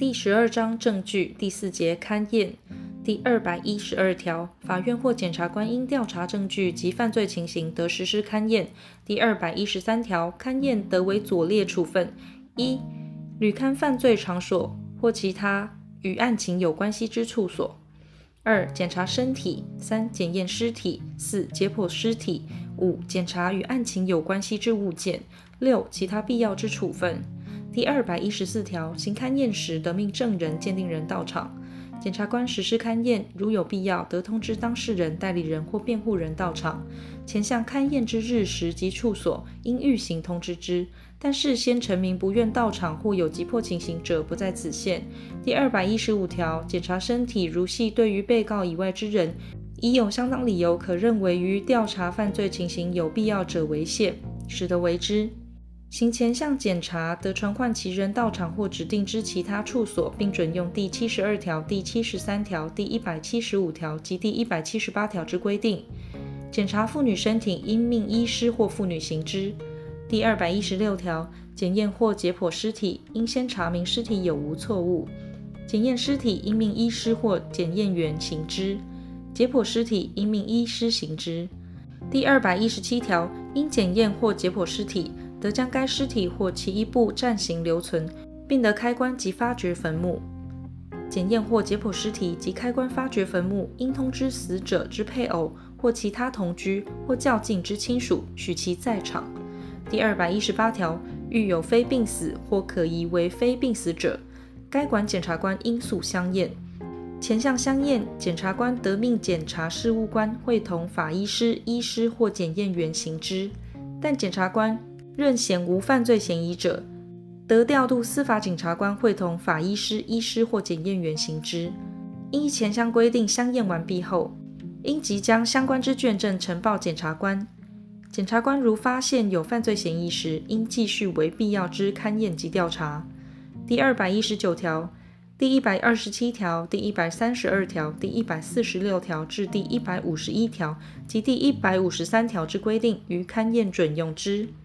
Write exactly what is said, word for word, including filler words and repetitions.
第十二章证据第四节勘验第二百一十二条，法院或检察官因调查证据及犯罪情形得实施勘验。第二百一十三条，勘验得为左列处分：一、履勘犯罪场所或其他与案情有关系之处所；二、检查身体；三、检验尸体；四、解剖尸体；五、检查与案情有关系之物件；六、其他必要之处分。第二百一十四条，行勘验时得命证人、鉴定人到场。检察官实施勘验，如有必要，得通知当事人、代理人或辩护人到场。前项勘验之日时及处所，应预行通知之，但事先陈明不愿到场或有急迫情形者，不在此限。第二百一十五条，检查身体如系对于被告以外之人，已有相当理由可认为于调查犯罪情形有必要者为限，使得为之。行前项检查，得传唤其人到场或指定之其他处所，并准用第七十二条、第七十三条、第一百七十五条及第一百七十八条之规定。检查妇女身体，应命医师或妇女行之。第二百一十六条，检验或解剖尸体，应先查明尸体有无错误。检验尸体，应命医师或检验员行之；解剖尸体，应命医师行之。第二百一十七条，因检验或解剖尸体，得将该尸体或其一部暂行留存，并得开棺及发掘坟墓。检验或解剖尸体及开棺发掘坟墓，应通知死者之配偶或其他同居或较近之亲属，许其在场。第二百一十八条，遇有非病死或可疑为非病死者，该管检察官应速相验。前项相验，检察官得命检察事务官会同法医师、医师或检验员行之，但检察官认显无犯罪嫌疑者，得调度司法警察官会同法医师、医师或检验员行之。依前项规定相验完毕后，应即将相关之卷证呈报检察官。检察官如发现有犯罪嫌疑时，应继续为必要之勘验及调查。第二百一十九条、第一百二十七条、第一百三十二条、第一百四十六条至第一百五十一条及第一百五十三条之规定，于勘验准用之。